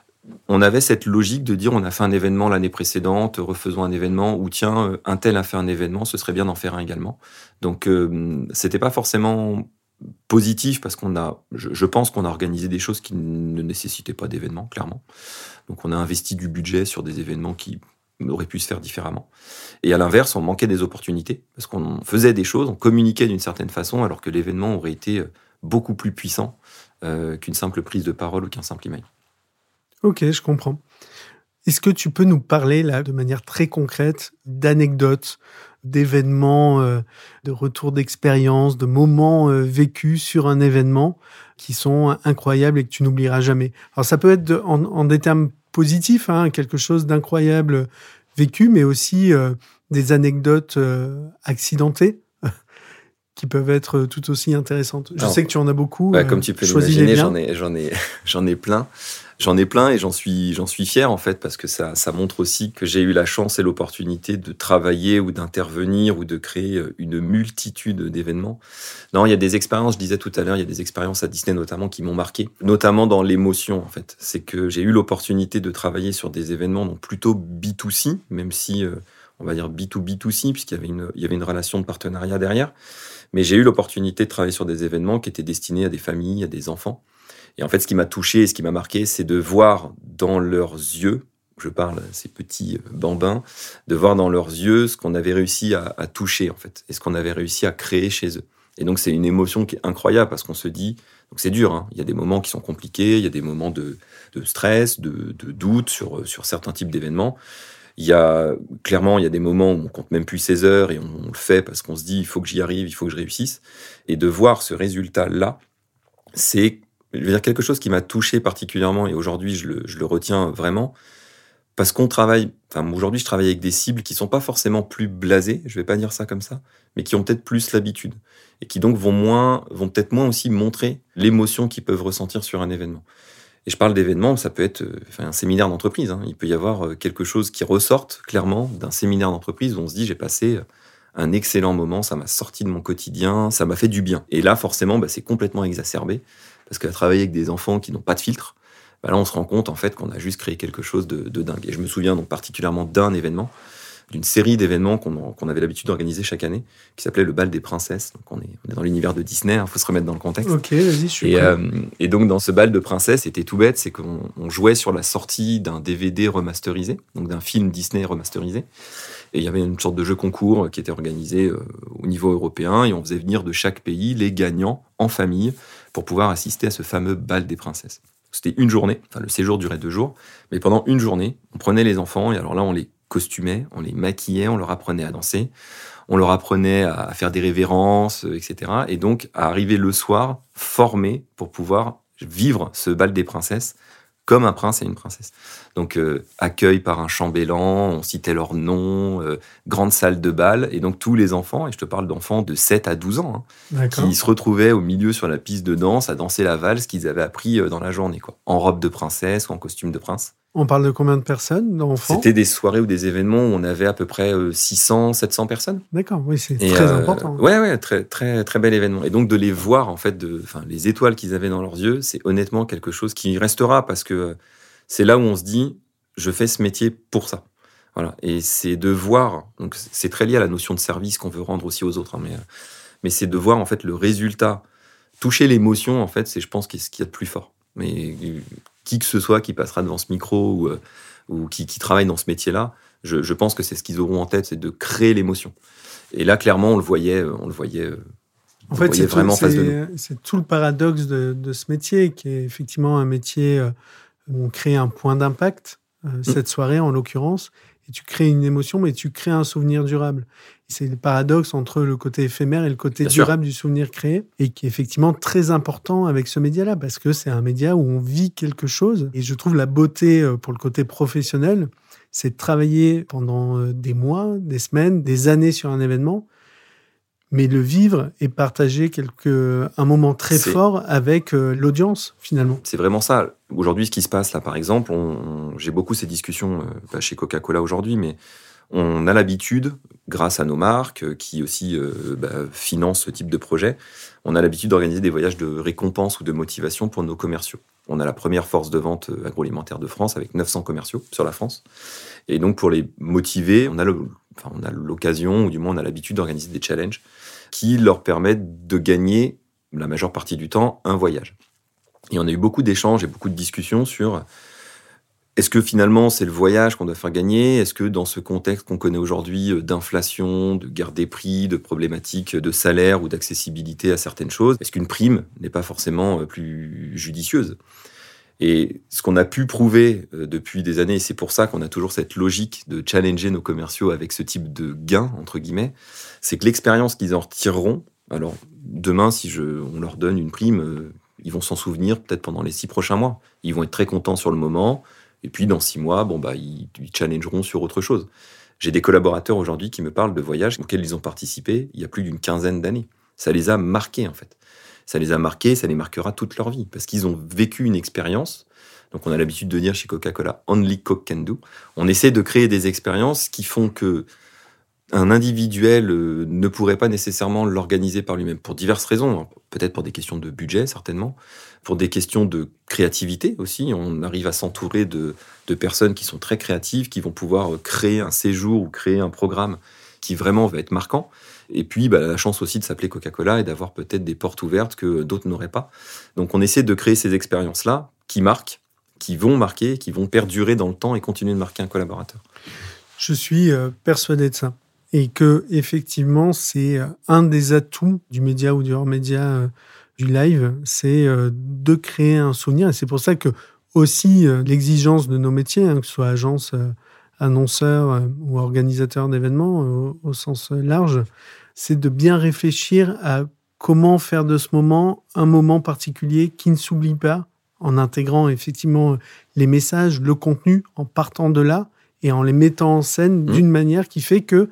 on avait cette logique de dire on a fait un événement l'année précédente, refaisons un événement, ou tiens, un tel a fait un événement, ce serait bien d'en faire un également. Donc euh, c'était pas forcément positif parce qu'on a, je, je pense qu'on a organisé des choses qui ne nécessitaient pas d'événements, clairement. Donc on a investi du budget sur des événements qui auraient pu se faire différemment. Et à l'inverse, on manquait des opportunités parce qu'on faisait des choses, on communiquait d'une certaine façon alors que l'événement aurait été beaucoup plus puissant euh, qu'une simple prise de parole ou qu'un simple email. Ok, je comprends. Est-ce que tu peux nous parler là de manière très concrète d'anecdotes, d'événements, euh, de retours d'expérience, de moments euh, vécus sur un événement qui sont incroyables et que tu n'oublieras jamais? Alors ça peut être de, en, en des termes positifs, hein, quelque chose d'incroyable vécu, mais aussi euh, des anecdotes euh, accidentées qui peuvent être tout aussi intéressantes. Je Alors, sais que tu en as beaucoup. Bah, comme tu peux l'imaginer, j'en ai, j'en ai, j'en ai plein. J'en ai plein et j'en suis, j'en suis fier en fait parce que ça, ça montre aussi que j'ai eu la chance et l'opportunité de travailler ou d'intervenir ou de créer une multitude d'événements. Non, il y a des expériences, je disais tout à l'heure, il y a des expériences à Disney notamment qui m'ont marqué, notamment dans l'émotion en fait. C'est que j'ai eu l'opportunité de travailler sur des événements donc plutôt B deux C, même si euh, on va dire B deux B deux C puisqu'il y avait une, il y avait une relation de partenariat derrière. Mais j'ai eu l'opportunité de travailler sur des événements qui étaient destinés à des familles, à des enfants. Et en fait, ce qui m'a touché et ce qui m'a marqué, c'est de voir dans leurs yeux, je parle ces petits bambins, de voir dans leurs yeux ce qu'on avait réussi à, à toucher, en fait, et ce qu'on avait réussi à créer chez eux. Et donc, c'est une émotion qui est incroyable parce qu'on se dit, donc c'est dur, hein, il y a des moments qui sont compliqués, il y a des moments de, de stress, de, de doute sur, sur certains types d'événements. Il y a, clairement, il y a des moments où on compte même plus ses heures et on, on le fait parce qu'on se dit, il faut que j'y arrive, il faut que je réussisse. Et de voir ce résultat-là, c'est, je veux dire, quelque chose qui m'a touché particulièrement et aujourd'hui, je le, je le retiens vraiment parce qu'on travaille, enfin, aujourd'hui, je travaille avec des cibles qui sont pas forcément plus blasées, je vais pas dire ça comme ça, mais qui ont peut-être plus l'habitude et qui donc vont moins, vont peut-être moins aussi montrer l'émotion qu'ils peuvent ressentir sur un événement. Et je parle d'événements, ça peut être enfin, un séminaire d'entreprise. Hein. Il peut y avoir quelque chose qui ressorte clairement d'un séminaire d'entreprise où on se dit j'ai passé un excellent moment, ça m'a sorti de mon quotidien, ça m'a fait du bien. Et là, forcément, bah, c'est complètement exacerbé parce qu'à travailler avec des enfants qui n'ont pas de filtre, bah, là, on se rend compte en fait qu'on a juste créé quelque chose de, de dingue. Et je me souviens donc particulièrement d'un événement, d'une série d'événements qu'on, qu'on avait l'habitude d'organiser chaque année, qui s'appelait le Bal des Princesses. Donc on est, on est dans l'univers de Disney, il hein, faut se remettre dans le contexte. Ok, vas-y, je suis et, euh, et donc dans ce Bal de Princesses, c'était tout bête, c'est qu'on on jouait sur la sortie d'un D V D remasterisé, donc d'un film Disney remasterisé. Et il y avait une sorte de jeu concours qui était organisé euh, au niveau européen, et on faisait venir de chaque pays les gagnants en famille pour pouvoir assister à ce fameux Bal des Princesses. C'était une journée, enfin le séjour durait deux jours, mais pendant une journée, on prenait les enfants, et alors là on les costumait, on les maquillait, on leur apprenait à danser, on leur apprenait à faire des révérences, et cetera. Et donc, à arriver le soir, formés pour pouvoir vivre ce bal des princesses comme un prince et une princesse. Donc, euh, accueil par un chambellan, on citait leur nom, euh, grande salle de bal, et donc tous les enfants, et je te parle d'enfants de sept à douze ans, hein, qui se retrouvaient au milieu sur la piste de danse à danser la valse qu'ils avaient appris dans la journée, quoi, en robe de princesse ou en costume de prince. On parle de combien de personnes, d'enfants ? C'était des soirées ou des événements où on avait à peu près six cents, sept cents personnes. D'accord, oui, c'est et très euh, important. Ouais, ouais, très, très, très bel événement. Et donc de les voir, en fait, de, enfin, les étoiles qu'ils avaient dans leurs yeux, c'est honnêtement quelque chose qui restera parce que c'est là où on se dit, je fais ce métier pour ça. Voilà. Et c'est de voir, donc c'est très lié à la notion de service qu'on veut rendre aussi aux autres, hein, mais, mais c'est de voir en fait le résultat toucher l'émotion, en fait, c'est, je pense, ce qu'il y a de plus fort. Mais qui que ce soit qui passera devant ce micro ou, ou qui, qui travaille dans ce métier-là, je, je pense que c'est ce qu'ils auront en tête, c'est de créer l'émotion. Et là, clairement, on le voyait, on le voyait, en fait, c'est vraiment tout, en face de nous. C'est tout le paradoxe de, de ce métier, qui est effectivement un métier où on crée un point d'impact, euh, mmh. cette soirée en l'occurrence, et tu crées une émotion, mais tu crées un souvenir durable. Et c'est le paradoxe entre le côté éphémère et le côté Bien durable sûr. Du souvenir créé, et qui est effectivement très important avec ce média-là, parce que c'est un média où on vit quelque chose. Et je trouve la beauté pour le côté professionnel, c'est de travailler pendant des mois, des semaines, des années sur un événement, mais le vivre et partager quelque, un moment très c'est... fort avec euh, l'audience, finalement. C'est vraiment ça. Aujourd'hui, ce qui se passe là, par exemple, on, on, j'ai beaucoup ces discussions euh, pas chez Coca-Cola aujourd'hui, mais on a l'habitude, grâce à nos marques, euh, qui aussi euh, bah, financent ce type de projet, on a l'habitude d'organiser des voyages de récompense ou de motivation pour nos commerciaux. On a la première force de vente agroalimentaire de France, avec neuf cents commerciaux sur la France. Et donc, pour les motiver, on a, le, enfin, on a l'occasion, ou du moins on a l'habitude d'organiser des challenges qui leur permettent de gagner, la majeure partie du temps, un voyage. Et on a eu beaucoup d'échanges et beaucoup de discussions sur est-ce que finalement c'est le voyage qu'on doit faire gagner ? Est-ce que dans ce contexte qu'on connaît aujourd'hui d'inflation, de guerre des prix, de problématiques de salaire ou d'accessibilité à certaines choses, est-ce qu'une prime n'est pas forcément plus judicieuse ? Et ce qu'on a pu prouver depuis des années, et c'est pour ça qu'on a toujours cette logique de challenger nos commerciaux avec ce type de gain, entre guillemets, c'est que l'expérience qu'ils en retireront, alors demain, si je, on leur donne une prime, euh, ils vont s'en souvenir peut-être pendant les six prochains mois. Ils vont être très contents sur le moment, et puis dans six mois, bon, bah, ils, ils challengeront sur autre chose. J'ai des collaborateurs aujourd'hui qui me parlent de voyages auxquels ils ont participé il y a plus d'une quinzaine d'années. Ça les a marqués, en fait. Ça les a marqués, ça les marquera toute leur vie, parce qu'ils ont vécu une expérience. Donc on a l'habitude de dire chez Coca-Cola, only Coke can do. On essaie de créer des expériences qui font que un individuel euh, ne pourrait pas nécessairement l'organiser par lui-même, pour diverses raisons, peut-être pour des questions de budget, certainement, pour des questions de créativité aussi. On arrive à s'entourer de, de personnes qui sont très créatives, qui vont pouvoir créer un séjour ou créer un programme qui vraiment va être marquant. Et puis, bah, la chance aussi de s'appeler Coca-Cola et d'avoir peut-être des portes ouvertes que d'autres n'auraient pas. Donc, on essaie de créer ces expériences-là qui marquent, qui vont marquer, qui vont perdurer dans le temps et continuer de marquer un collaborateur. Je suis euh, persuadé de ça. Et que, effectivement, c'est un des atouts du média ou du hors-média, euh, du live, c'est euh, de créer un souvenir. Et c'est pour ça que, aussi, euh, l'exigence de nos métiers, hein, que ce soit agence, euh, annonceur euh, ou organisateur d'événements, euh, au sens large, c'est de bien réfléchir à comment faire de ce moment un moment particulier qui ne s'oublie pas, en intégrant effectivement les messages, le contenu, en partant de là et en les mettant en scène mmh. d'une manière qui fait que,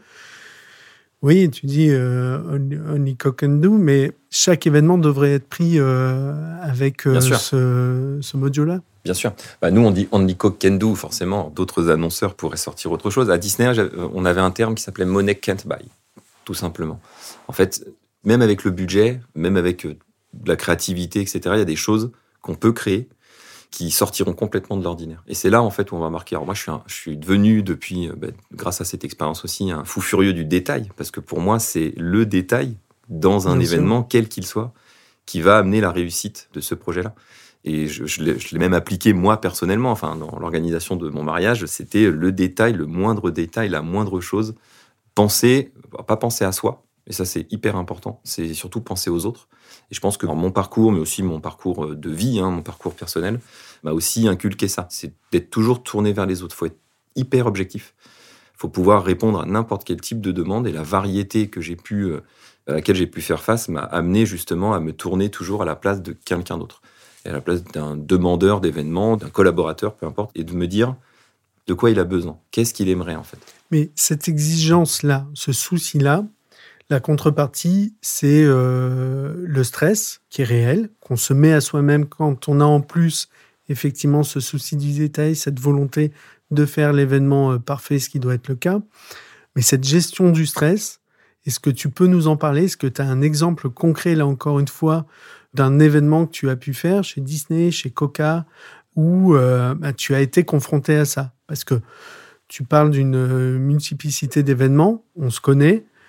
oui, tu dis euh, only Coke can do, mais chaque événement devrait être pris euh, avec euh, ce, ce mojo-là. Bien sûr. Bah, nous, on dit only Coke can do, forcément. D'autres annonceurs pourraient sortir autre chose. À Disney, on avait un terme qui s'appelait money can't buy, tout simplement. En fait, même avec le budget, même avec de la créativité, et cetera, il y a des choses qu'on peut créer qui sortiront complètement de l'ordinaire. Et c'est là, en fait, où on va marquer. Alors moi, je suis, un, je suis devenu, depuis, ben, grâce à cette expérience aussi, un fou furieux du détail, parce que pour moi, c'est le détail, dans un Bien événement, sûr. Quel qu'il soit, qui va amener la réussite de ce projet-là. Et je, je, l'ai, je l'ai même appliqué, moi, personnellement, enfin, dans l'organisation de mon mariage, c'était le détail, le moindre détail, la moindre chose. Penser, pas penser à soi, et ça, c'est hyper important, c'est surtout penser aux autres. Et je pense que dans mon parcours, mais aussi mon parcours de vie, hein, mon parcours personnel, m'a aussi inculqué ça. C'est d'être toujours tourné vers les autres. Il faut être hyper objectif. Il faut pouvoir répondre à n'importe quel type de demande. Et la variété que j'ai pu, à laquelle j'ai pu faire face m'a amené justement à me tourner toujours à la place de quelqu'un d'autre. Et à la place d'un demandeur d'événements, d'un collaborateur, peu importe. Et de me dire de quoi il a besoin. Qu'est-ce qu'il aimerait en fait. Mais cette exigence-là, ce souci-là, la contrepartie, c'est euh, le stress qui est réel, qu'on se met à soi-même quand on a en plus effectivement ce souci du détail, cette volonté de faire l'événement euh, parfait, ce qui doit être le cas. Mais cette gestion du stress, est-ce que tu peux nous en parler ? Est-ce que tu as un exemple concret, là encore une fois, d'un événement que tu as pu faire chez Disney, chez Coca, où euh, bah, tu as été confronté à ça ? Parce que tu parles d'une multiplicité d'événements, on se connaît.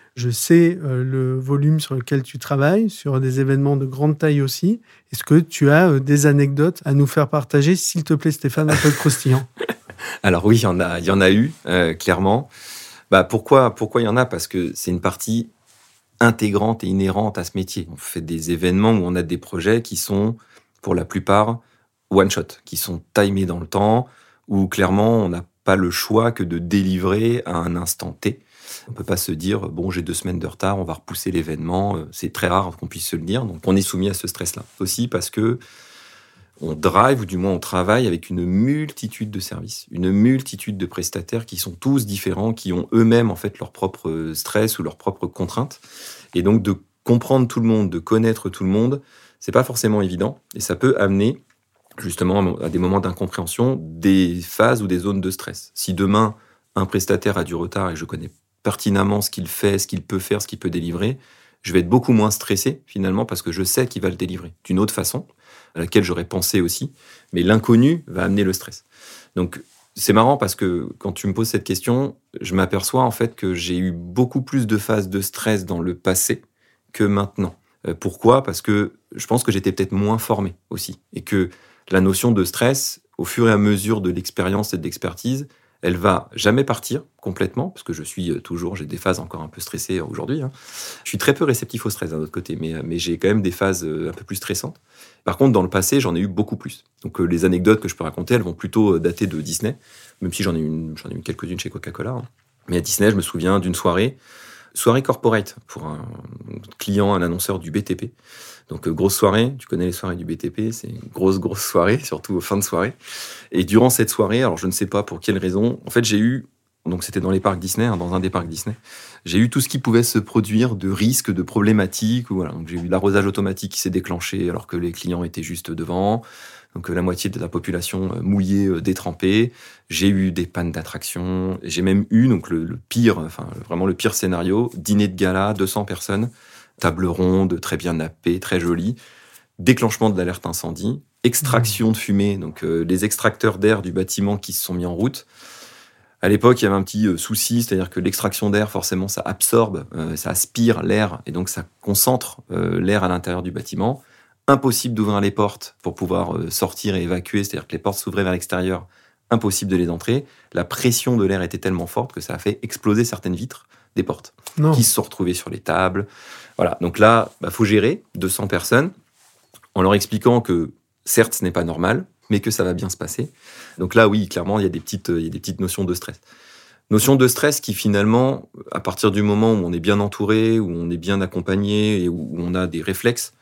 Je sais euh, le volume sur lequel tu travailles, sur des événements de grande taille aussi. Est-ce que tu as euh, des anecdotes à nous faire partager, s'il te plaît, Stéphane, un peu croustillant? Alors oui, il y en a, il y en a eu, euh, clairement. Bah, pourquoi, pourquoi il y en a? Parce que c'est une partie intégrante et inhérente à ce métier. On fait des événements où on a des projets qui sont, pour la plupart, one-shot, qui sont timés dans le temps, où clairement, on n'a pas le choix que de délivrer à un instant T. On ne peut pas se dire, bon, j'ai deux semaines de retard, on va repousser l'événement. C'est très rare qu'on puisse se le dire. Donc, on est soumis à ce stress-là. Aussi parce que on drive, ou du moins on travaille avec une multitude de services, une multitude de prestataires qui sont tous différents, qui ont eux-mêmes en fait leur propre stress ou leurs propres contraintes. Et donc de comprendre tout le monde, de connaître tout le monde, c'est pas forcément évident. Et ça peut amener justement à des moments d'incompréhension, des phases ou des zones de stress. Si demain un prestataire a du retard et je connais pertinemment ce qu'il fait, ce qu'il peut faire, ce qu'il peut délivrer, je vais être beaucoup moins stressé finalement parce que je sais qu'il va le délivrer d'une autre façon, à laquelle j'aurais pensé aussi, mais l'inconnu va amener le stress. Donc, c'est marrant parce que quand tu me poses cette question, je m'aperçois en fait que j'ai eu beaucoup plus de phases de stress dans le passé que maintenant. Euh, pourquoi ? Parce que je pense que j'étais peut-être moins formé aussi, et que la notion de stress, au fur et à mesure de l'expérience et de l'expertise, elle va jamais partir complètement, parce que je suis toujours, j'ai des phases encore un peu stressées aujourd'hui. Hein. Je suis très peu réceptif au stress d'un autre côté, mais, mais j'ai quand même des phases un peu plus stressantes. Par contre, dans le passé, j'en ai eu beaucoup plus. Donc euh, les anecdotes que je peux raconter, elles vont plutôt dater de Disney, même si j'en ai eu, une, j'en ai eu quelques-unes chez Coca-Cola. Hein. Mais à Disney, je me souviens d'une soirée, soirée corporate pour un client, un annonceur du B T P. Donc, euh, grosse soirée, tu connais les soirées du B T P, c'est une grosse, grosse soirée, surtout aux fins de soirée. Et durant cette soirée, alors je ne sais pas pour quelle raison, en fait, j'ai eu, donc c'était dans les parcs Disney, hein, dans un des parcs Disney, j'ai eu tout ce qui pouvait se produire de risques, de problématiques. Ou voilà. Donc, j'ai eu l'arrosage automatique qui s'est déclenché alors que les clients étaient juste devant. Donc, euh, la moitié de la population euh, mouillée, euh, détrempée. J'ai eu des pannes d'attraction. J'ai même eu, donc le, le pire, enfin, vraiment le pire scénario, dîner de gala, deux cents personnes. Table ronde, très bien nappée, très jolie, déclenchement de l'alerte incendie, extraction de fumée, donc euh, les extracteurs d'air du bâtiment qui se sont mis en route. À l'époque, il y avait un petit euh, souci, c'est-à-dire que l'extraction d'air, forcément, ça absorbe, euh, ça aspire l'air, et donc ça concentre euh, l'air à l'intérieur du bâtiment. Impossible d'ouvrir les portes pour pouvoir euh, sortir et évacuer, c'est-à-dire que les portes s'ouvraient vers l'extérieur, impossible de les entrer. La pression de l'air était tellement forte que ça a fait exploser certaines vitres des portes, non. qui se sont retrouvées sur les tables. Voilà, donc là, il bah, faut gérer deux cents personnes en leur expliquant que, certes, ce n'est pas normal, mais que ça va bien se passer. Donc là, oui, clairement, il y a des petites, il y a des petites notions de stress. Notions de stress qui, finalement, à partir du moment où on est bien entouré, où on est bien accompagné et où on a des réflexes,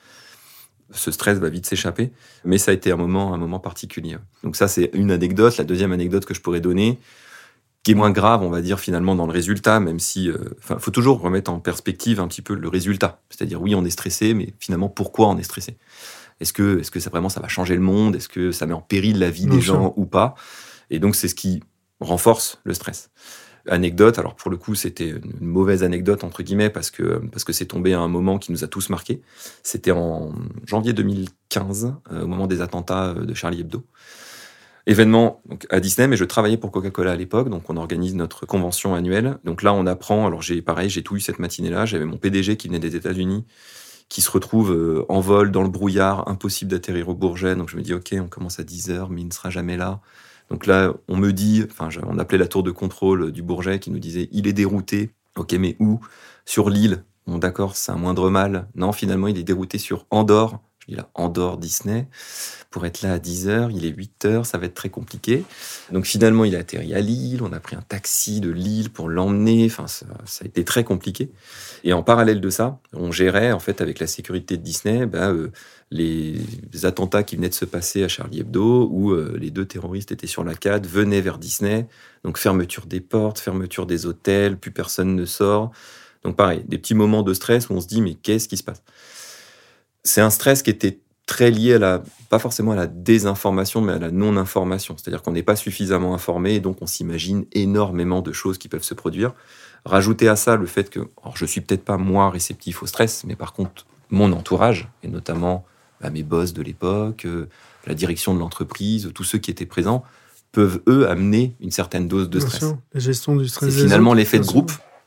ce stress va vite s'échapper. Mais ça a été un moment, un moment particulier. Donc ça, c'est une anecdote. La deuxième anecdote que je pourrais donner, qui est moins grave, on va dire, finalement, dans le résultat, même si... Enfin, euh, faut toujours remettre en perspective un petit peu le résultat. C'est-à-dire, oui, on est stressé, mais finalement, pourquoi on est stressé ? Est-ce que, est-ce que ça, vraiment, ça va changer le monde ? Est-ce que ça met en péril la vie Bien des sûr. gens ou pas ? Et donc, c'est ce qui renforce le stress. Anecdote, alors pour le coup, c'était une mauvaise anecdote, entre guillemets, parce que, parce que c'est tombé à un moment qui nous a tous marqués. C'était en janvier deux mille quinze, euh, au moment des attentats de Charlie Hebdo. Événement donc, à Disney, mais je travaillais pour Coca-Cola à l'époque, donc on organise notre convention annuelle. Donc là, on apprend, alors j'ai pareil, j'ai tout eu cette matinée-là, j'avais mon P D G qui venait des États-Unis, qui se retrouve euh, en vol, dans le brouillard, impossible d'atterrir au Bourget. Donc je me dis, ok, on commence à dix heures, mais il ne sera jamais là. Donc là, on me dit, enfin, on appelait la tour de contrôle du Bourget qui nous disait, il est dérouté. Ok, mais où ? Sur l'île. Bon, d'accord, c'est un moindre mal. Non, finalement, il est dérouté sur Andorre. Je dis là, Andorre, Disney. Pour être là à dix heures, il est huit heures, ça va être très compliqué. Donc finalement, il a atterri à Lille, on a pris un taxi de Lille pour l'emmener, enfin, ça, ça a été très compliqué. Et en parallèle de ça, on gérait, en fait, avec la sécurité de Disney, bah, euh, les attentats qui venaient de se passer à Charlie Hebdo, où euh, les deux terroristes étaient sur la quad, venaient vers Disney, donc fermeture des portes, fermeture des hôtels, plus personne ne sort. Donc pareil, des petits moments de stress où on se dit, mais qu'est-ce qui se passe ? C'est un stress qui était très lié à la, pas forcément à la désinformation, mais à la non-information. C'est-à-dire qu'on n'est pas suffisamment informé, et donc on s'imagine énormément de choses qui peuvent se produire. Rajouter à ça le fait que, alors je suis peut-être pas moi réceptif au stress, mais par contre, mon entourage, et notamment bah, mes boss de l'époque, euh, la direction de l'entreprise, tous ceux qui étaient présents, peuvent, eux, amener une certaine dose de bien stress. Sûr, la gestion du stress. C'est finalement autres, l'effet de groupe,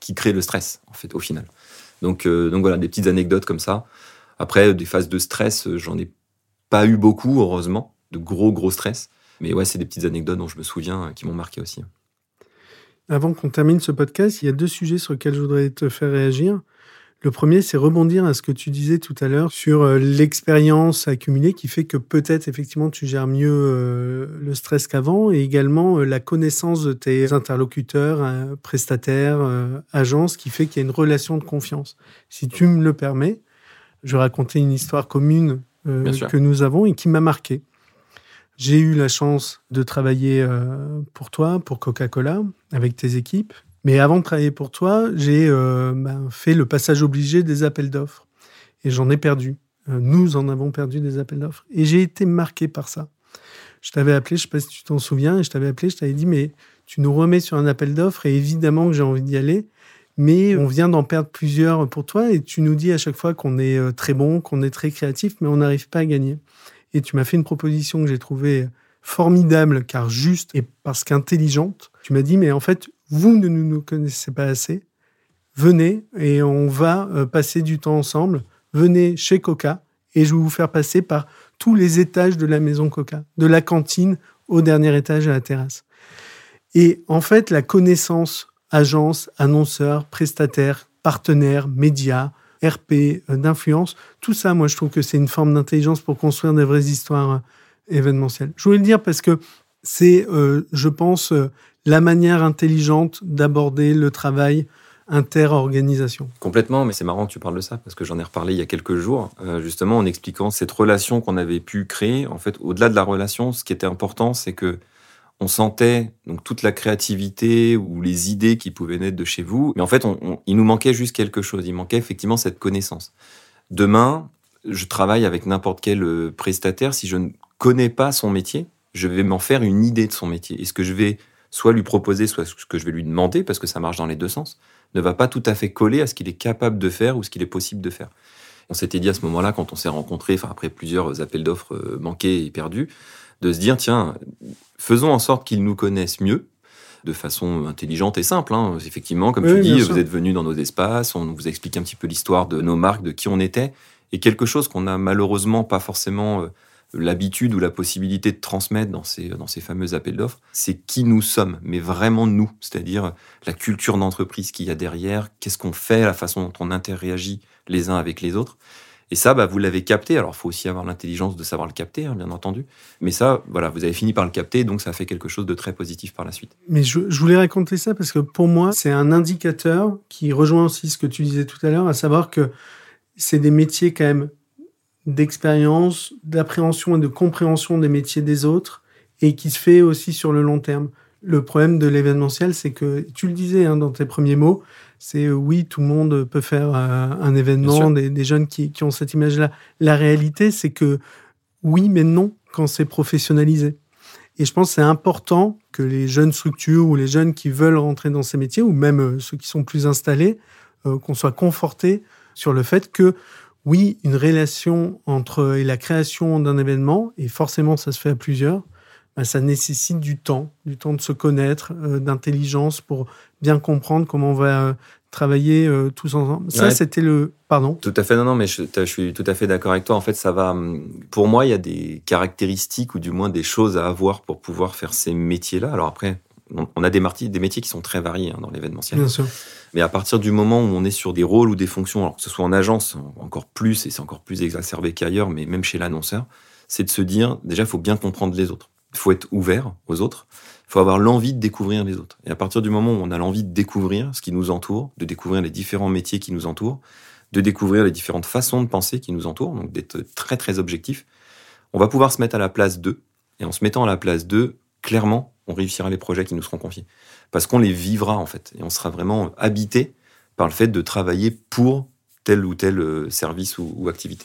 qui crée le stress, en fait, au final. Donc, euh, donc voilà, des petites anecdotes comme ça. Après, des phases de stress, euh, j'en ai pas eu beaucoup, heureusement, de gros, gros stress. Mais ouais, c'est des petites anecdotes dont je me souviens euh, qui m'ont marqué aussi. Avant qu'on termine ce podcast, il y a deux sujets sur lesquels je voudrais te faire réagir. Le premier, c'est rebondir à ce que tu disais tout à l'heure sur euh, l'expérience accumulée qui fait que peut-être effectivement tu gères mieux euh, le stress qu'avant et également euh, la connaissance de tes interlocuteurs, euh, prestataires, euh, agences qui fait qu'il y a une relation de confiance. Si tu me le permets, je vais raconter une histoire commune euh, que nous avons et qui m'a marqué. J'ai eu la chance de travailler euh, pour toi, pour Coca-Cola, avec tes équipes. Mais avant de travailler pour toi, j'ai euh, ben, fait le passage obligé des appels d'offres. Et j'en ai perdu. Euh, nous en avons perdu des appels d'offres. Et j'ai été marqué par ça. Je t'avais appelé, je ne sais pas si tu t'en souviens, et je t'avais appelé, je t'avais dit, mais tu nous remets sur un appel d'offres, et évidemment que j'ai envie d'y aller, mais on vient d'en perdre plusieurs pour toi, et tu nous dis à chaque fois qu'on est très bon, qu'on est très créatif, mais on n'arrive pas à gagner. Et tu m'as fait une proposition que j'ai trouvée formidable, car juste et parce qu'intelligente. Tu m'as dit, mais en fait, vous ne nous connaissez pas assez. Venez et on va passer du temps ensemble. Venez chez Coca et je vais vous faire passer par tous les étages de la maison Coca, de la cantine au dernier étage à la terrasse. Et en fait, la connaissance agence, annonceur, prestataire, partenaire, média, R P, d'influence, tout ça, moi, je trouve que c'est une forme d'intelligence pour construire des vraies histoires événementielles. Je voulais le dire parce que c'est, euh, je pense, euh, la manière intelligente d'aborder le travail inter-organisation. Complètement, mais c'est marrant que tu parles de ça, parce que j'en ai reparlé il y a quelques jours, euh, justement en expliquant cette relation qu'on avait pu créer. En fait, au-delà de la relation, ce qui était important, c'est que on sentait donc toute la créativité ou les idées qui pouvaient naître de chez vous, mais en fait, on, on, il nous manquait juste quelque chose. Il manquait effectivement cette connaissance. Demain, je travaille avec n'importe quel prestataire. Si je ne connais pas son métier, je vais m'en faire une idée de son métier. Et ce que je vais soit lui proposer, soit ce que je vais lui demander, parce que ça marche dans les deux sens, ne va pas tout à fait coller à ce qu'il est capable de faire ou ce qu'il est possible de faire. On s'était dit à ce moment-là, quand on s'est rencontrés, enfin après plusieurs appels d'offres manqués et perdus, de se dire, tiens, faisons en sorte qu'ils nous connaissent mieux, de façon intelligente et simple. Hein. Effectivement, comme oui, tu dis, vous êtes venus dans nos espaces, on vous explique un petit peu l'histoire de nos marques, de qui on était, et quelque chose qu'on n'a malheureusement pas forcément l'habitude ou la possibilité de transmettre dans ces, dans ces fameux appels d'offres, c'est qui nous sommes, mais vraiment nous, c'est-à-dire la culture d'entreprise qu'il y a derrière, qu'est-ce qu'on fait, la façon dont on interagit les uns avec les autres. Et ça, bah, vous l'avez capté. Alors, il faut aussi avoir l'intelligence de savoir le capter, hein, bien entendu. Mais ça, voilà, vous avez fini par le capter, donc ça fait quelque chose de très positif par la suite. Mais je, je voulais raconter ça parce que pour moi, c'est un indicateur qui rejoint aussi ce que tu disais tout à l'heure, à savoir que c'est des métiers quand même d'expérience, d'appréhension et de compréhension des métiers des autres et qui se fait aussi sur le long terme. Le problème de l'événementiel, c'est que, tu le disais hein, dans tes premiers mots, c'est euh, oui, tout le monde peut faire euh, un événement, des, des jeunes qui, qui ont cette image-là. La réalité, c'est que oui, mais non, quand c'est professionnalisé. Et je pense que c'est important que les jeunes structures ou les jeunes qui veulent rentrer dans ces métiers, ou même euh, ceux qui sont plus installés, euh, qu'on soit confortés sur le fait que oui, une relation entre et la création d'un événement, et forcément ça se fait à plusieurs, ben, ça nécessite du temps, du temps de se connaître, euh, d'intelligence pour bien comprendre comment on va euh, travailler euh, tous ensemble. Ça, ouais. C'était le... Pardon ? Tout à fait, non, non, mais je, je suis tout à fait d'accord avec toi. En fait, ça va... Pour moi, il y a des caractéristiques ou du moins des choses à avoir pour pouvoir faire ces métiers-là. Alors après, on a des, martis, des métiers qui sont très variés hein, dans l'événementiel. Bien sûr. Mais à partir du moment où on est sur des rôles ou des fonctions, alors que ce soit en agence, encore plus, et c'est encore plus exacerbé qu'ailleurs, mais même chez l'annonceur, c'est de se dire, déjà, il faut bien comprendre les autres. Il faut être ouvert aux autres. Il faut avoir l'envie de découvrir les autres. Et à partir du moment où on a l'envie de découvrir ce qui nous entoure, de découvrir les différents métiers qui nous entourent, de découvrir les différentes façons de penser qui nous entourent, donc d'être très, très objectif, on va pouvoir se mettre à la place d'eux. Et en se mettant à la place d'eux, clairement, on réussira les projets qui nous seront confiés. Parce qu'on les vivra, en fait. Et on sera vraiment habité par le fait de travailler pour tel ou tel service ou, ou activité.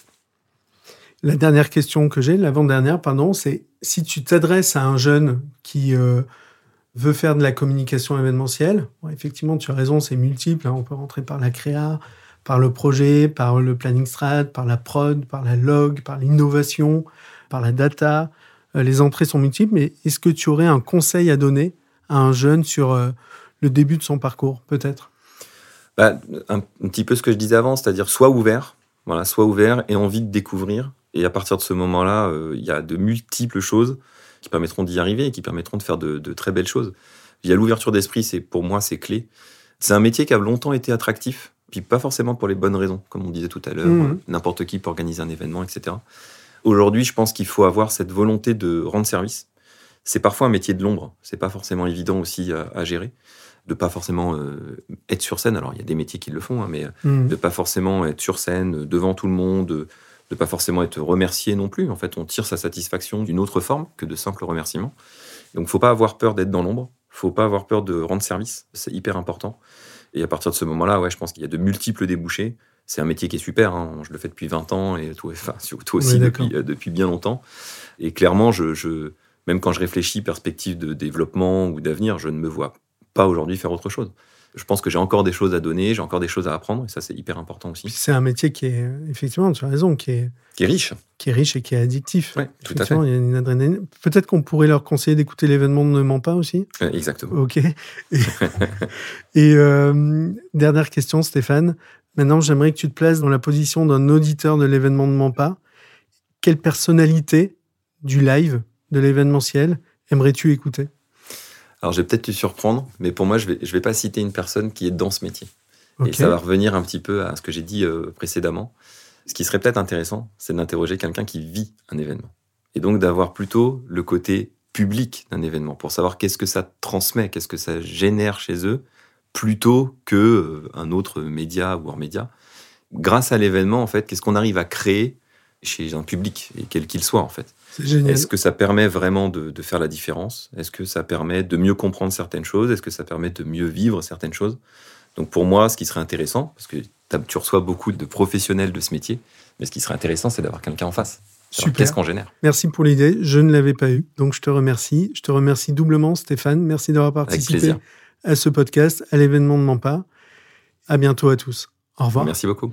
La dernière question que j'ai, l'avant-dernière, pardon, c'est si tu t'adresses à un jeune qui euh, veut faire de la communication événementielle, bon, effectivement, tu as raison, c'est multiple. Hein, on peut rentrer par la créa, par le projet, par le planning strat, par la prod, par la log, par l'innovation, par la data. Euh, les entrées sont multiples, mais est-ce que tu aurais un conseil à donner à un jeune sur euh, le début de son parcours, peut-être ? Bah, un, un petit peu ce que je disais avant, c'est-à-dire soit ouvert, voilà, soit ouvert et envie de découvrir. Et à partir de ce moment-là, euh, il y a de multiples choses qui permettront d'y arriver et qui permettront de faire de, de très belles choses. Il y a l'ouverture d'esprit, c'est, pour moi, c'est clé. C'est un métier qui a longtemps été attractif, puis pas forcément pour les bonnes raisons, comme on disait tout à l'heure. Mmh. N'importe qui peut organiser un événement, et cetera. Aujourd'hui, je pense qu'il faut avoir cette volonté de rendre service. C'est parfois un métier de l'ombre. C'est pas forcément évident aussi à, à gérer. De pas forcément euh, être sur scène. Alors, il y a des métiers qui le font, hein, mais mmh. de pas forcément être sur scène, devant tout le monde, de, de pas forcément être remercié non plus. En fait, on tire sa satisfaction d'une autre forme que de simples remerciements. Donc, faut pas avoir peur d'être dans l'ombre. Faut pas avoir peur de rendre service. C'est hyper important. Et à partir de ce moment-là, ouais, je pense qu'il y a de multiples débouchés. C'est un métier qui est super, hein. Je le fais depuis vingt ans et toi, enfin, toi aussi oui, depuis, euh, depuis bien longtemps. Et clairement, je, je, même quand je réfléchis perspective de développement ou d'avenir, je ne me vois pas aujourd'hui faire autre chose. Je pense que j'ai encore des choses à donner, j'ai encore des choses à apprendre et ça, c'est hyper important aussi. Puis c'est un métier qui est, effectivement, tu as raison, qui est... Qui est riche. Qui est riche et qui est addictif. Oui, tout à fait. Il y a une adrénaline. Peut-être qu'on pourrait leur conseiller d'écouter l'événement Ne ment pas aussi. Euh, exactement. OK. Et, et euh, dernière question, Stéphane. Maintenant, j'aimerais que tu te places dans la position d'un auditeur de l'événement Ne ment pas. Quelle personnalité du live, de l'événementiel, aimerais-tu écouter ? Alors, je vais peut-être te surprendre, mais pour moi, je ne vais, je vais pas citer une personne qui est dans ce métier. Okay. Et ça va revenir un petit peu à ce que j'ai dit euh, précédemment. Ce qui serait peut-être intéressant, c'est d'interroger quelqu'un qui vit un événement. Et donc d'avoir plutôt le côté public d'un événement, pour savoir qu'est-ce que ça transmet, qu'est-ce que ça génère chez eux, plutôt qu'un euh, autre média ou hors média. Grâce à l'événement, en fait, qu'est-ce qu'on arrive à créer chez un public, et quel qu'il soit, en fait. C'est génial. Est-ce que ça permet vraiment de, de faire la différence ? Est-ce que ça permet de mieux comprendre certaines choses ? Est-ce que ça permet de mieux vivre certaines choses ? Donc pour moi, ce qui serait intéressant, parce que tu reçois beaucoup de professionnels de ce métier, mais ce qui serait intéressant, c'est d'avoir quelqu'un en face. Super. Qu'est-ce qu'on génère ? Merci pour l'idée. Je ne l'avais pas eu, donc je te remercie. Je te remercie doublement, Stéphane. Merci d'avoir participé à ce podcast, à l'événement Ne ment pas. À bientôt à tous. Au revoir. Merci beaucoup.